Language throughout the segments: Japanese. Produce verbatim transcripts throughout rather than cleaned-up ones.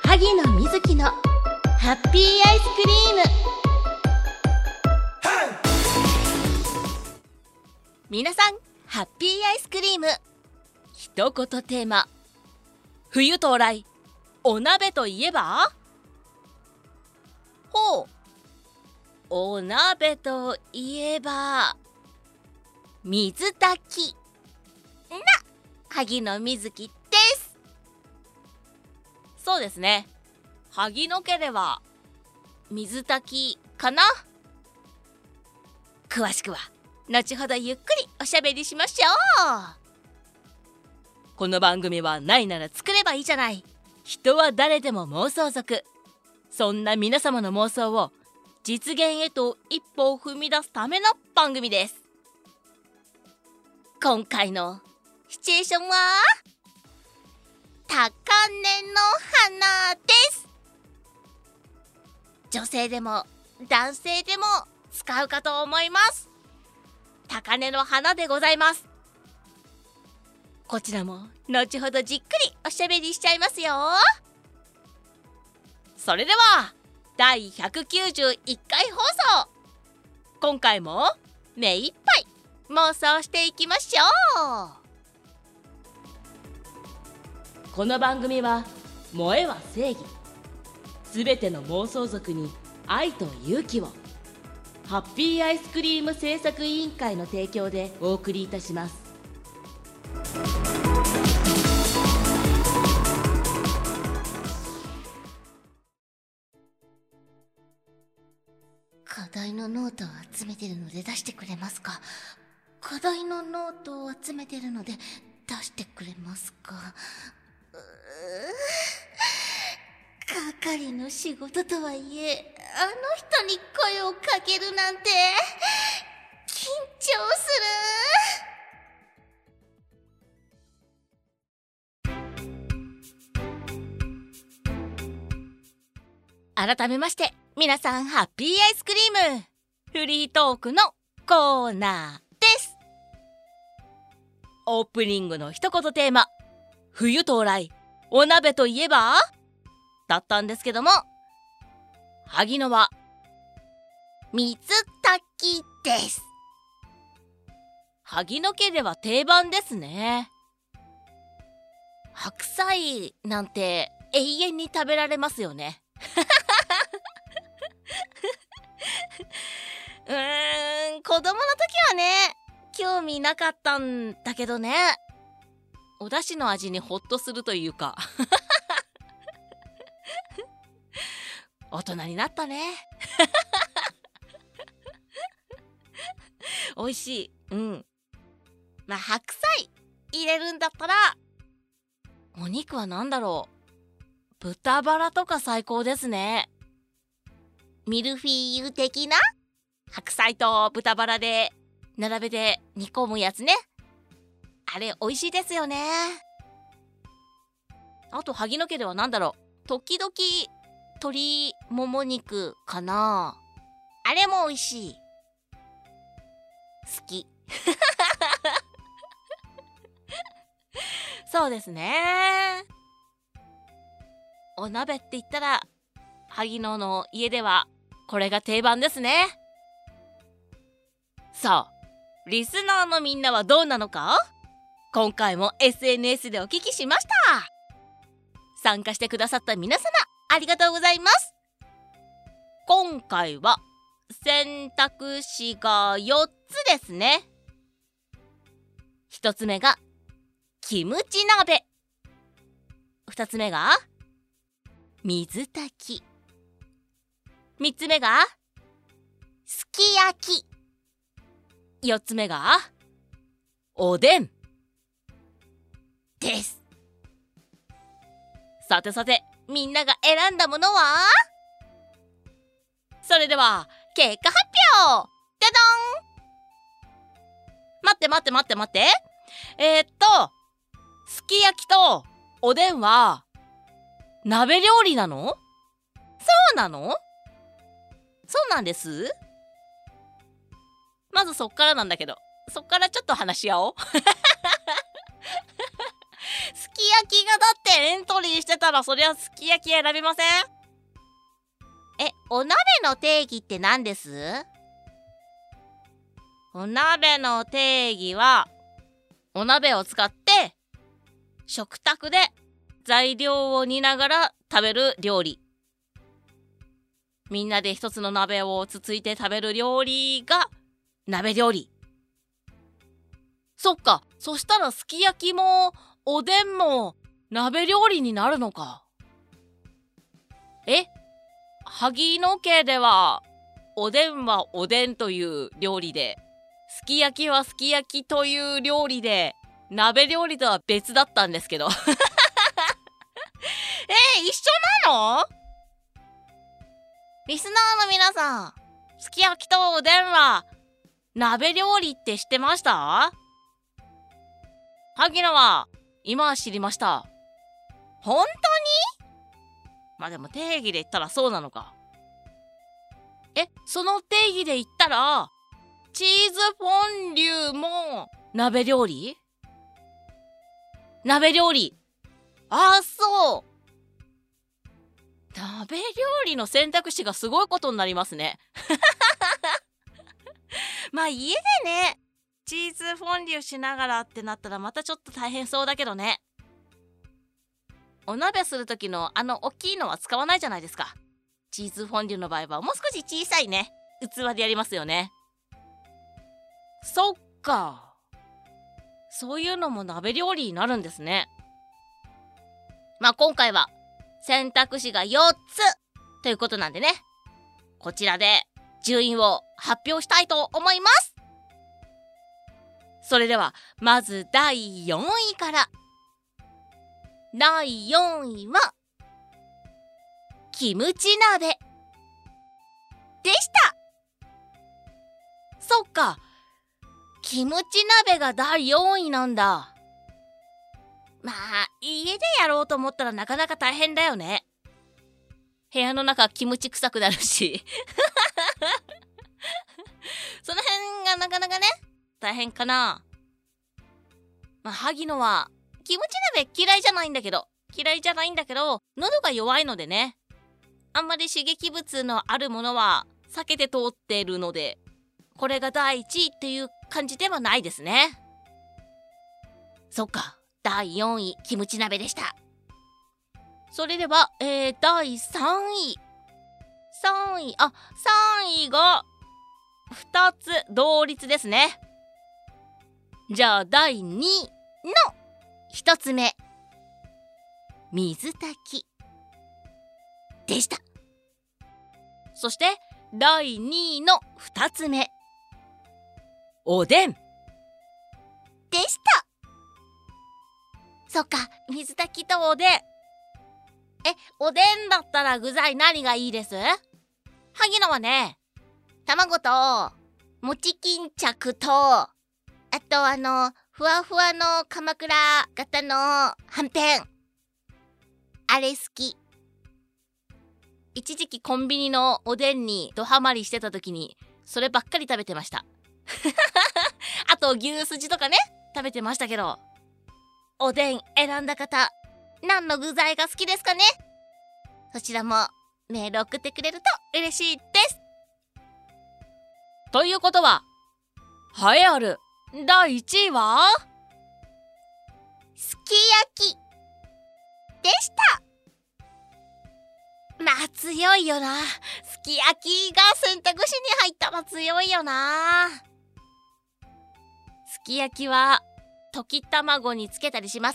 萩野瑞希のハッピーアイスクリーム。皆さん、ハッピーアイスクリーム。一言テーマ、冬到来、お鍋といえば、ほう、お鍋といえば水炊きな萩野瑞希です。そうですね、萩野家では水炊きかな。詳しくは後ほどゆっくりおしゃべりしましょう。この番組はないなら作ればいいじゃない。人は誰でも妄想族。そんな皆様の妄想を実現へと一歩を踏み出すための番組です。今回のシチュエーションは高嶺の花です。女性でも男性でも使うかと思います。高嶺の花でございます。こちらも後ほどじっくりおしゃべりしちゃいますよ。それではだいひゃくきゅうじゅういっかい放送、今回も目いっぱい妄想していきましょう。この番組は萌えは正義、すべての妄想族に愛と勇気を、ハッピーアイスクリーム制作委員会の提供でお送りいたします。課題のノートを集めてるので出してくれますか。課題のノートを集めてるので出してくれますか。うー係の仕事とはいえ、あの人に声をかけるなんて緊張する。改めまして皆さん、ハッピーアイスクリームフリートークのコーナーです。オープニングの一言テーマ、冬到来、お鍋といえばだったんですけども、萩野は水炊きです。萩野家では定番ですね。白菜なんて永遠に食べられますよね。うーん、子供の時はね、興味なかったんだけどね、お出汁の味にホッとするというか大人になったね。美味しい。うん。まあ白菜入れるんだったら、お肉は何だろう、豚バラとか最高ですね。ミルフィーユ的な白菜と豚バラで並べて煮込むやつね。あれ美味しいですよね。あと萩野家では何だろう、時々鶏もも肉かな。あれも美味しい。好き。そうですね。お鍋って言ったら萩野の家ではこれが定番ですね。さあ、リスナーのみんなはどうなのか。今回も エスエヌエス でお聞きしました。参加してくださった皆様、ありがとうございます。今回は選択肢がよっつですね。ひとつめがキムチ鍋、ふたつめが水炊き、みっつめがすき焼き、よっつめがおでんです。さてさて、みんなが選んだものは。それでは結果発表。じゃどん。待って待って待って待って。えー、っとすき焼きとおでんは鍋料理なの？そうなの？そうなんです。まずそっからなんだけど、そっからちょっと話し合おう。すき焼きがだってエントリーしてたらそりゃすき焼き選びません？え、お鍋の定義って何です？お鍋の定義は、お鍋を使って食卓で材料を煮ながら食べる料理。みんなで一つの鍋をつついて食べる料理が鍋料理。そっか、そしたらすき焼きもおでんも鍋料理になるのか。え、萩野家ではおでんはおでんという料理で、すき焼きはすき焼きという料理で、鍋料理とは別だったんですけど。えー、一緒なの？リスナーの皆さん、すき焼きとおでんは鍋料理って知ってました？萩野は今知りました。本当に？まあでも定義で言ったらそうなのか。え、その定義で言ったらチーズフォンデュも鍋料理？鍋料理。ああ、そう。鍋料理の選択肢がすごいことになりますね。まあ家でね、チーズフォンデュしながらってなったらまたちょっと大変そうだけどね。お鍋する時のあの大きいのは使わないじゃないですか。チーズフォンデュの場合はもう少し小さいね、器でやりますよね。そっか。そういうのも鍋料理になるんですね。まあ今回は選択肢がよっつということなんでね、こちらで順位を発表したいと思います。それではまずだいよんいから。だいよんいはキムチ鍋でした。そっか、キムチ鍋がだいよんいなんだ。まあ家でやろうと思ったらなかなか大変だよね。部屋の中キムチ臭くなるしその辺がなかなかね大変かな。まあ萩野はキムチ鍋嫌いじゃないんだけど嫌いじゃないんだけど喉が弱いのでね、あんまり刺激物のあるものは避けて通っているので、これがだいいちいっていう感じではないですね。そっか、だいよんいキムチ鍋でした。それでは、えー、だいさんいさんいあさんいがふたつ同率ですね。じゃあだいにいのひとつめ、水炊きでした。そしてだいにいのふたつめ、おでんでした。そっか、水炊きとおでん。え、おでんだったら具材何がいいです？萩野はね、卵ともち巾着と、あとあのふわふわの鎌倉型のはんぺん、あれ好き。一時期コンビニのおでんにドハマりしてた時にそればっかり食べてましたあと牛すじとかね食べてましたけど、おでん選んだ方何の具材が好きですかね？そちらもメール送ってくれると嬉しいです。ということは栄えあるだいいちいはすき焼きでした。まあ強いよな。すき焼きが選択肢に入ったら強いよな。すき焼きは溶き卵につけたりします？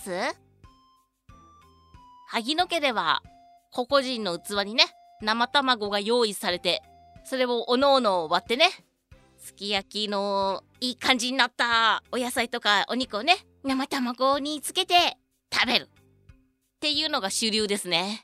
萩野家では個々人の器にね生卵が用意されて、それをおのおの割ってね、すき焼きのいい感じになったお野菜とかお肉をね生卵につけて食べるっていうのが主流ですね。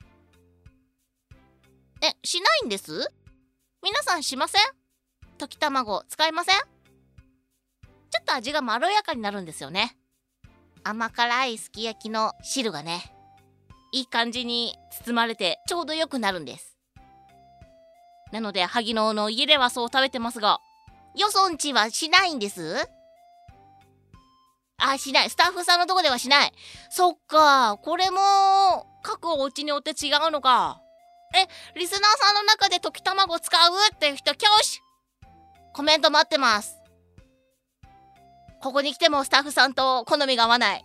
え、しないんです？皆さんしません？溶き卵使いません？ちょっと味がまろやかになるんですよね。甘辛いすき焼きの汁がねいい感じに包まれてちょうどよくなるんです。なので萩野の家ではそう食べてますが、よそんちはしないんです？ あ、しない。スタッフさんのとこではしない。そっか。これも、各お家によって違うのか。え、リスナーさんの中で溶き卵使うっていう人、挙手。コメント待ってます。ここに来てもスタッフさんと好みが合わない。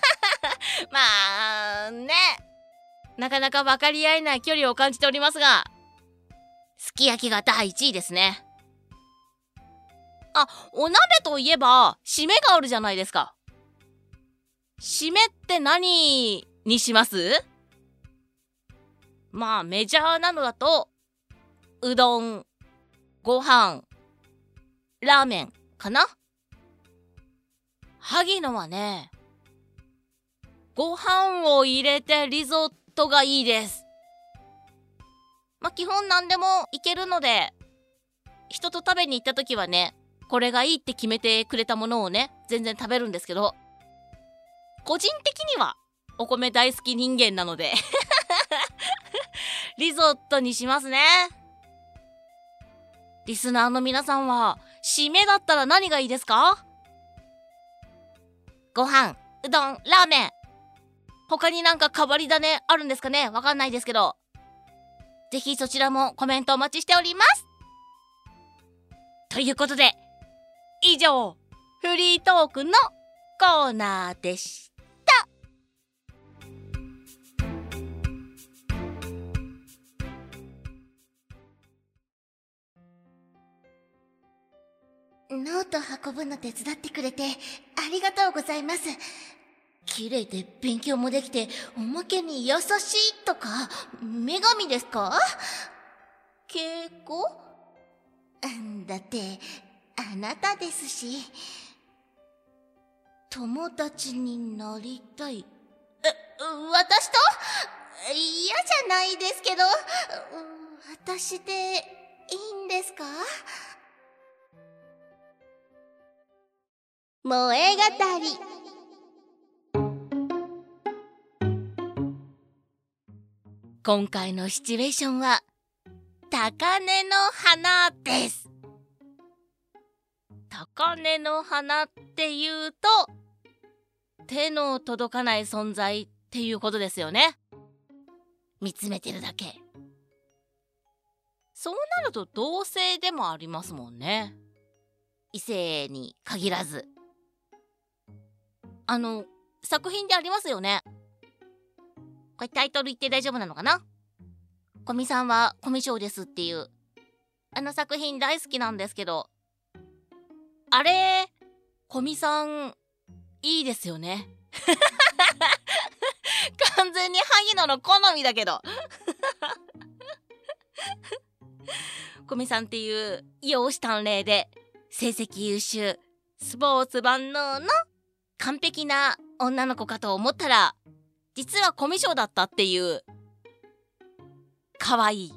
まあ、ね。なかなか分かり合えない距離を感じておりますが、すき焼きがだいいちいですね。あ、お鍋といえば、締めがあるじゃないですか。締めって何にします？まあメジャーなのだとうどん、ご飯、ラーメンかな。萩野はね、ご飯を入れてリゾットがいいです。まあ基本何でもいけるので、人と食べに行った時はね、これがいいって決めてくれたものをね、全然食べるんですけど、個人的にはお米大好き人間なのでリゾットにしますね。リスナーの皆さんは締めだったら何がいいですか？ご飯、うどん、ラーメン、他になんか変わり種あるんですかね？わかんないですけど、ぜひそちらもコメントお待ちしております。ということで、以上フリートークのコーナーでした。ノート運ぶの手伝ってくれてありがとうございます。綺麗で勉強もできて、おまけに優しいとか、女神ですか？稽古？だってあなたですし。友達になりたい。え、私と？嫌じゃないですけど、私でいいんですか？萌え語り。今回のシチュエーションは高嶺の花です。高嶺の花っていうと、手の届かない存在っていうことですよね。見つめてるだけ。そうなると同性でもありますもんね。異性に限らず。あの作品でありますよね。これタイトル言って大丈夫なのかな？古見さんはコミュ障ですっていう、あの作品大好きなんですけど、あれ古見さんいいですよね。完全に萩野の好みだけど。古見さんっていう容姿端麗で成績優秀、スポーツ万能の完璧な女の子かと思ったら、実はコミュ障だったっていう。かわいい。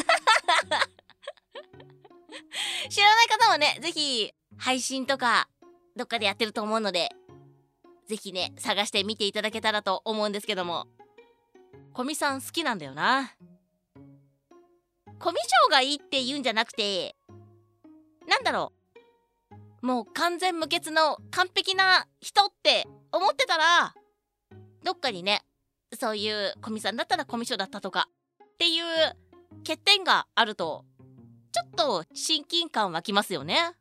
知らない方はね、ぜひ配信とかどっかでやってると思うので、ぜひね探してみていただけたらと思うんですけども、古見さん好きなんだよな。コミュ障がいいって言うんじゃなくて、なんだろう、もう完全無欠の完璧な人って思ってたら、どっかにね、そういう古見さんだったらコミュ障だったとかっていう欠点があると、ちょっと親近感湧きますよね。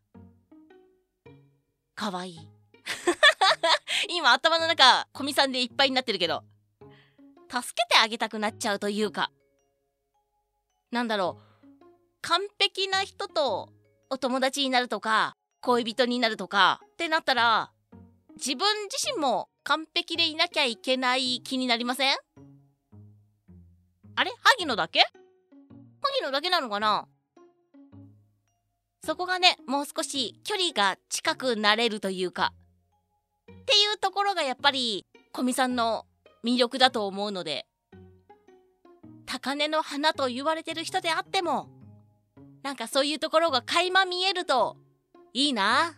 かわいい。今頭の中古見さんでいっぱいになってるけど、助けてあげたくなっちゃうというか、なんだろう、完璧な人とお友達になるとか恋人になるとかってなったら、自分自身も完璧でいなきゃいけない気になりません？あれ、萩野だけ？萩野だけなのかな？そこがね、もう少し距離が近くなれるというかっていうところがやっぱり古見さんの魅力だと思うので、高嶺の花と言われてる人であっても、なんかそういうところが垣間見えるといいな。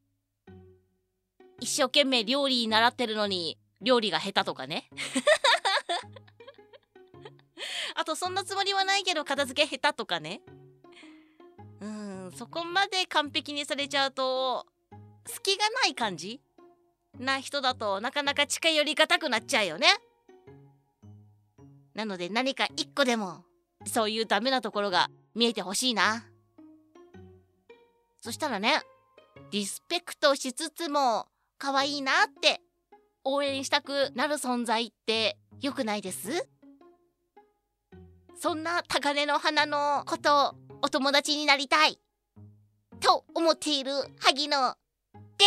一生懸命料理習ってるのに料理が下手とかね。あとそんなつもりはないけど片付け下手とかね。うーん、そこまで完璧にされちゃうと隙がない感じな人だとなかなか近寄りがたくなっちゃうよね。なので何か一個でもそういうダメなところが見えてほしいな。そしたらね、リスペクトしつつも可愛いなって応援したくなる存在って良くないです？そんな高嶺の花のことお友達になりたいと思っている萩野です。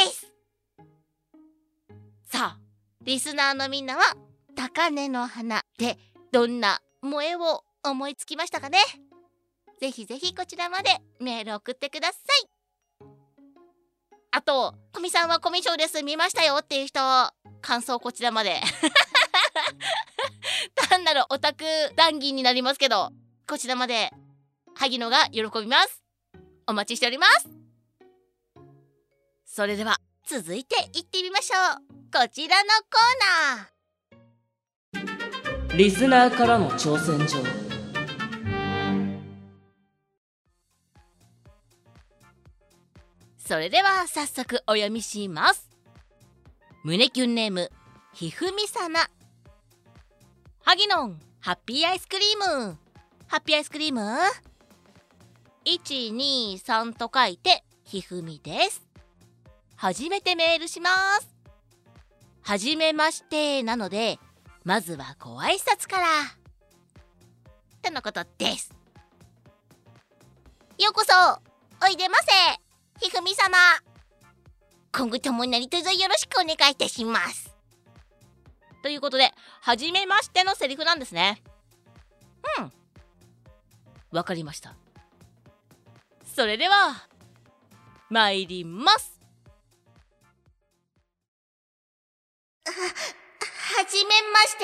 さあ、リスナーのみんなは高嶺の花でどんな萌えを思いつきましたかね。ぜひぜひこちらまでメール送ってください。あと、コミさんはコミショです見ましたよっていう人、感想こちらまで単なるオタク談義になりますけど、こちらまで萩野が喜びます。お待ちしております。それでは続いていってみましょう。こちらのコーナー、 リスナーからの挑戦状。 それでは早速お読みします。胸キュンネームひふみさな。萩野ハッピーアイスクリーム。ハッピーアイスクリームいちにさんと書いてひふみです。初めてメールします。はじめましてなのでまずはご挨拶からとのことです。ようこそおいでませひふみ様。今後とも何卒よろしくお願いいたします。ということで、はじめましてのセリフなんですね。うん、わかりました。それでは参ります。は、はじめまして。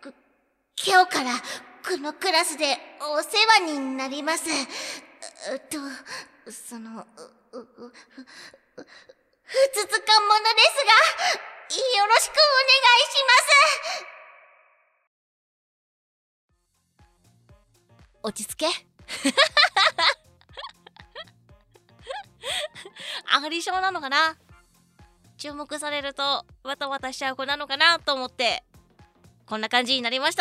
今日からこのクラスでお世話になります。うと、その、う、う、う、ふつつかものですが、よろしくお願いします。落ち着け。上がり症なのかな。注目されるとわたわたしちゃう子なのかなと思ってこんな感じになりました。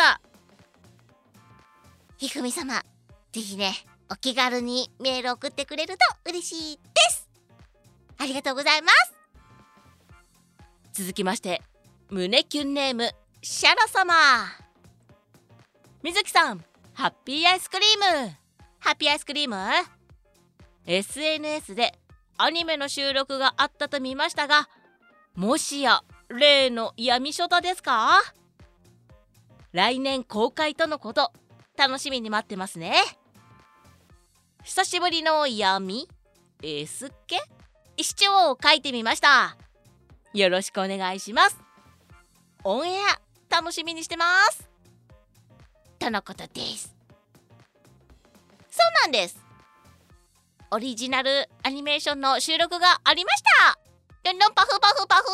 ひふみ様、ぜひね、お気軽にメール送ってくれると嬉しいです。ありがとうございます。続きまして、胸キュンネームシャラ様。みずきさん、ハッピーアイスクリーム。ハッピーアイスクリーム エスエヌエス でアニメの収録があったと見ましたが、もしや例の闇ショタですか？来年公開とのこと、楽しみに待ってますね。久しぶりの闇 S 系視聴を書いてみました。よろしくお願いします。オンエア楽しみにしてますとのことです。そうなんです。オリジナルアニメーションの収録がありました。どんどんパフパフパフ。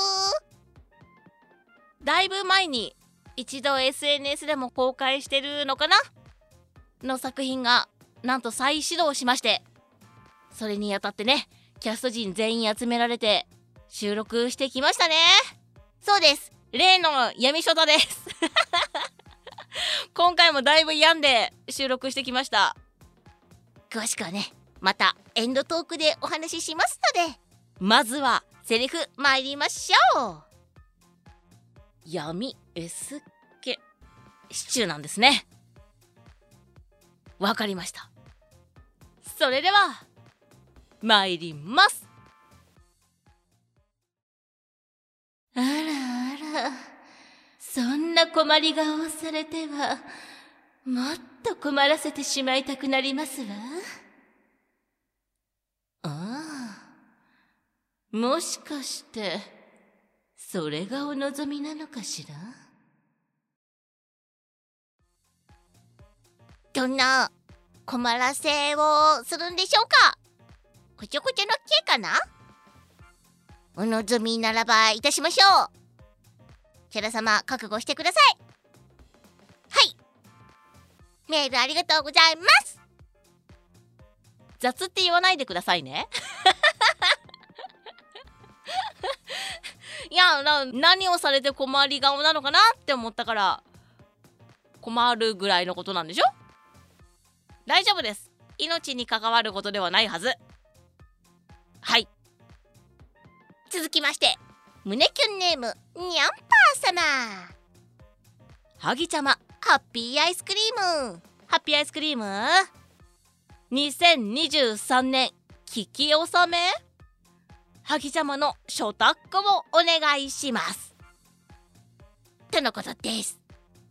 だいぶ前に一度 エスエヌエス でも公開してるのかなの作品がなんと再始動しまして、それにあたってね、キャスト陣全員集められて収録してきましたね。そうです、例の闇ショタです今回もだいぶ病んで収録してきました。詳しくはね、またエンドトークでお話ししますので、まずはセリフ参りましょう。闇 S 系シチューなんですね。わかりました。それでは参ります。あらあら、そんな困り顔をされてはもっと困らせてしまいたくなりますわ。ああ、もしかしてそれがお望みなのかしら。どんな困らせをするんでしょうか。こちょこちょのけかな。お望みならばいたしましょう。キャラ様覚悟してください。はい、メールありがとうございます。雑って言わないでくださいねいやな、何をされて困り顔なのかなって思ったから困るぐらいのことなんでしょ。大丈夫です。命に関わることではないはず。はい、続きまして、胸キュンネームにゃんぱー様。はぎちゃまハッピーアイスクリーム。ハッピーアイスクリームにせんにじゅうさんねん聞き納め。はぎちゃまの初タッコをお願いしますとのことです。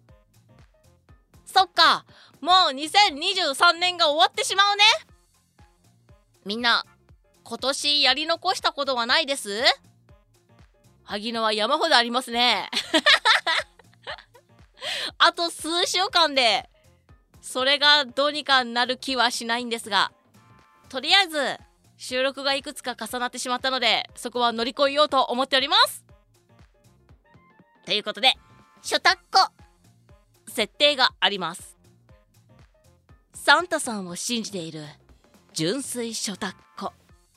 そっか、もうにせんにじゅうさんねんが終わってしまうね。みんな今年やり残したことはないです？萩野は山ほどありますねあと数週間でそれがどうにかなる気はしないんですが、とりあえず収録がいくつか重なってしまったので、そこは乗り越えようと思っております。ということで、初タッコ設定があります。サンタさんを信じている純粋初タッコ。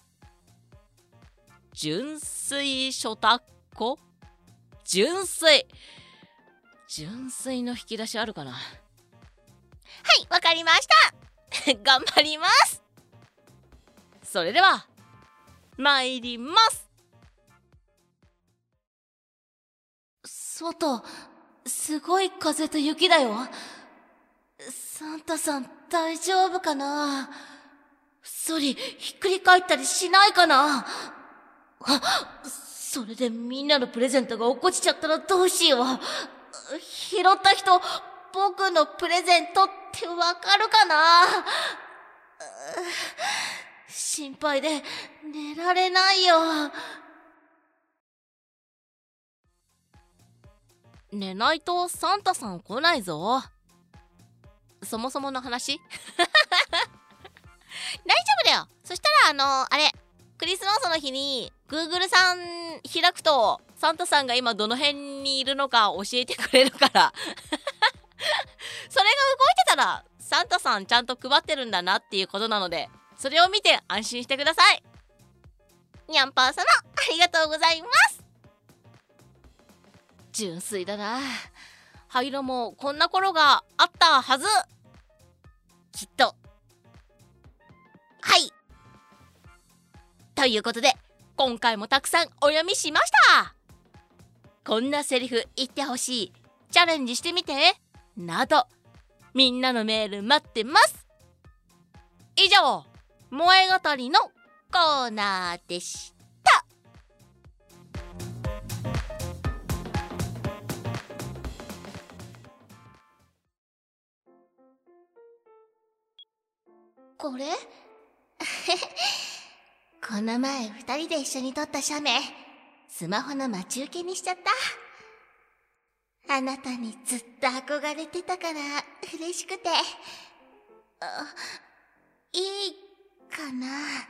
純粋初タッコ純粋純粋の引き出しあるかな。はい、わかりました頑張ります。それでは参ります。外すごい風と雪だよ。サンタさん大丈夫かな。そりひっくり返ったりしないかな。あ、それでみんなのプレゼントが落っこちちゃったらどうしよう。拾った人僕のプレゼントってわかるかな。心配で寝られないよ。寝ないとサンタさん来ないぞ。そもそもの話大丈夫だよ。そしたらあのあれクリスマスの日に Google さん開くとサンタさんが今どの辺にいるのか教えてくれるからそれが動いてたらサンタさんちゃんと配ってるんだなっていうことなので、それを見て安心してください。にゃんぱー様ありがとうございます。純粋だな。灰色もこんな頃があったはず。きっと。はい、ということで今回もたくさんお読みしました。こんなセリフ言ってほしい、チャレンジしてみてなどみんなのメール待ってます。以上、萌え語りのコーナーでした。これこの前二人で一緒に撮った写メスマホの待ち受けにしちゃった。あなたにずっと憧れてたから嬉しくて。あ、いいかな。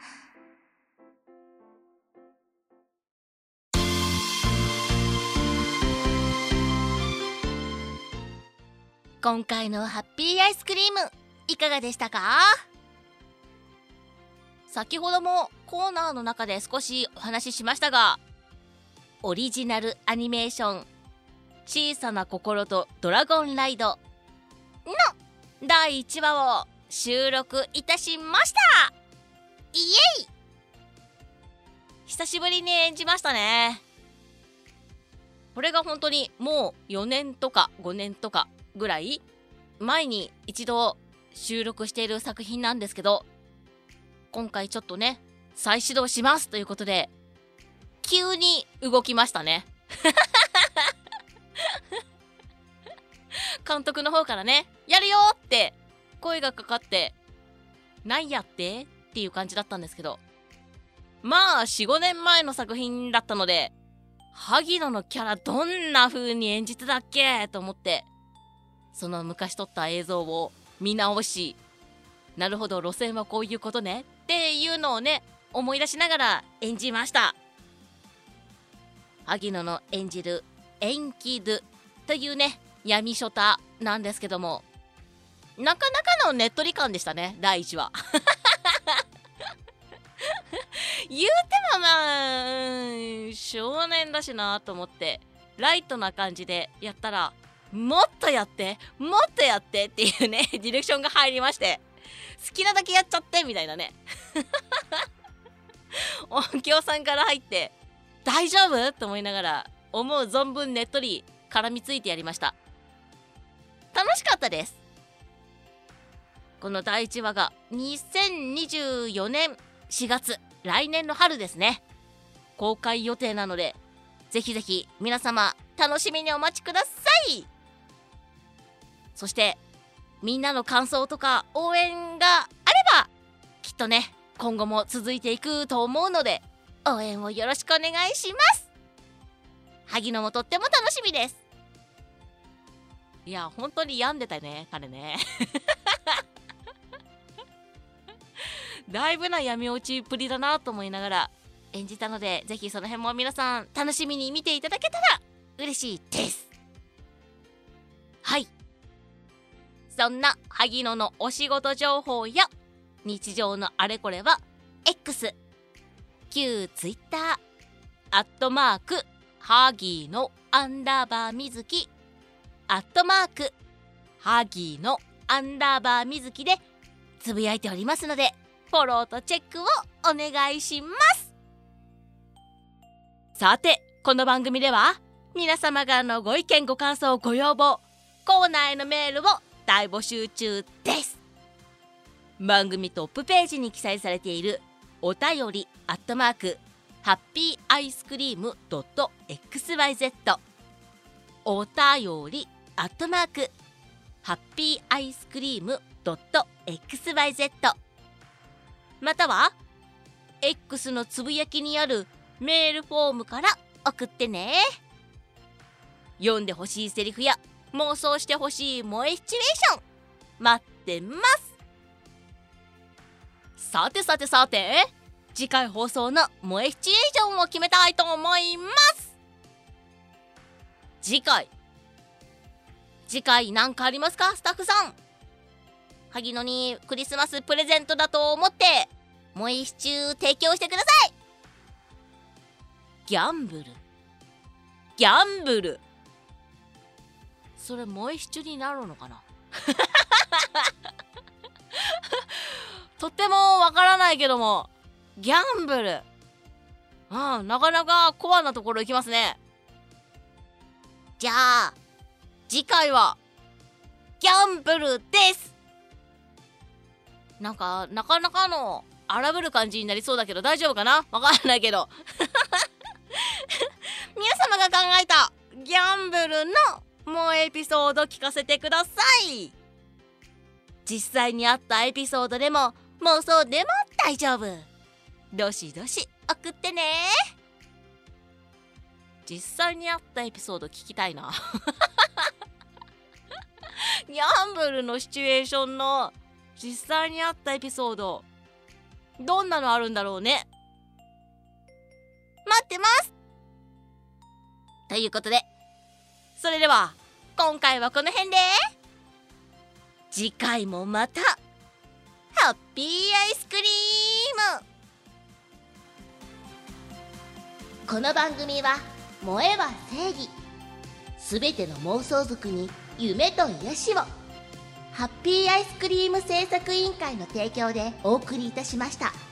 今回のハッピーアイスクリームいかがでしたか？先ほどもコーナーの中で少しお話ししましたが、オリジナルアニメーション小さな心とドラゴンライドのだいいちわを収録いたしました。イエイ！久しぶりに演じましたね。これが本当にもうよねんとかごねんとかぐらい前に一度収録している作品なんですけど、今回ちょっとね再始動しますということで急に動きましたね監督の方からねやるよって声がかかって、なんやってっていう感じだったんですけど、まあ よん,ご 年前の作品だったので、萩野のキャラどんな風に演じてたっけと思って、その昔撮った映像を見直し、なるほど路線はこういうことねっていうのをね思い出しながら演じました。萩野の演じるエンキドゥというね闇ショタなんですけども、なかなかのねっとり感でしたねだいいちわ言うてもまあ、うん、少年だしなと思ってライトな感じでやったら、もっとやってもっとやってっていうねディレクションが入りまして、好きなだけやっちゃってみたいなね音響さんから入って大丈夫と思いながら、思う存分ねっとり絡みついてやりました。楽しかったです。このだいいちわがにせんにじゅうよねんしがつ、来年の春ですね、公開予定なので、ぜひぜひ皆様楽しみにお待ちください。そしてみんなの感想とか応援があれば、きっとね今後も続いていくと思うので、応援をよろしくお願いします。萩野もとっても楽しみです。いや本当に病んでたね彼ねだいぶな闇落ちっぷりだなと思いながら演じたので、ぜひその辺も皆さん楽しみに見ていただけたら嬉しいです。はい、そんな萩野のお仕事情報や日常のあれこれは X、 旧 Twitter、 アットマークハギのアンダーバーみずき、アットマークハギのアンダーバーみずきでつぶやいておりますので、フォローとチェックをお願いします。さてこの番組では皆様からのご意見ご感想ご要望、コーナーへのメールを大募集中です。番組トップページに記載されているお便りアットマークハッピーアイスクリームドットエックスワイゼット、 お便りアットマークハッピーアイスクリームドットエックスワイゼット、または X のつぶやきにあるメールフォームから送ってね。読んでほしいセリフや妄想してほしい萌えシチュエーション待ってます。さてさてさて、次回放送の萌えシチュエーションを決めたいと思います。次回次回何かありますかスタッフさん。萩野にクリスマスプレゼントだと思って萌えシチュー提供してください。ギャンブルギャンブルそれ萌えシチューになるのかなとってもわからないけども、ギャンブル、うん、なかなかコアなところいきますね。じゃあ次回はギャンブルです。なんかなかなかの荒ぶる感じになりそうだけど大丈夫かな、わかんないけど皆様が考えたギャンブルの萌えエピソード聞かせてください。実際にあったエピソードでも妄想でも大丈夫、どしどし送ってね。実際にあったエピソード聞きたいなギャンブルのシチュエーションの実際にあったエピソード、どんなのあるんだろうね。待ってます。ということで、それでは今回はこの辺で、次回もまたハッピーアイスクリーム。この番組は萌えは正義、すべての妄想族に夢と癒しを、ハッピーアイスクリーム製作委員会の提供でお送りいたしました。